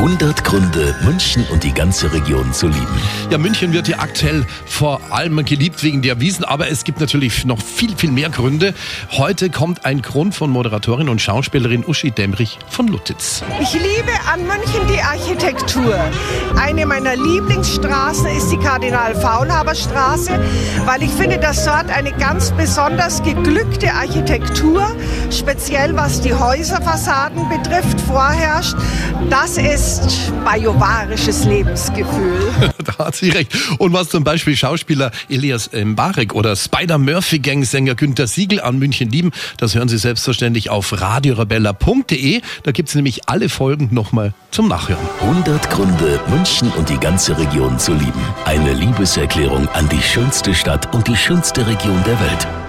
100 Gründe, München und die ganze Region zu lieben. Ja, München wird ja aktuell vor allem geliebt wegen der Wiesn, aber es gibt natürlich noch viel, viel mehr Gründe. Heute kommt ein Grund von Moderatorin und Schauspielerin Uschi Demmrich von Luttitz. Ich liebe an München die Architektur. Eine meiner Lieblingsstraßen ist die Kardinal-Faulhaber-Straße, weil ich finde, dass dort eine ganz besonders geglückte Architektur, speziell was die Häuserfassaden betrifft, vorherrscht. Das ist bajuwarisches Lebensgefühl. Da hat sie recht. Und was zum Beispiel Schauspieler Elias Mbarek oder Spider-Murphy-Gang-Sänger Günter Siegel an München lieben, das hören Sie selbstverständlich auf radiorebella.de. Da gibt es nämlich alle Folgen nochmal zum Nachhören. 100 Gründe, München und die ganze Region zu lieben. Eine Liebeserklärung an die schönste Stadt und die schönste Region der Welt.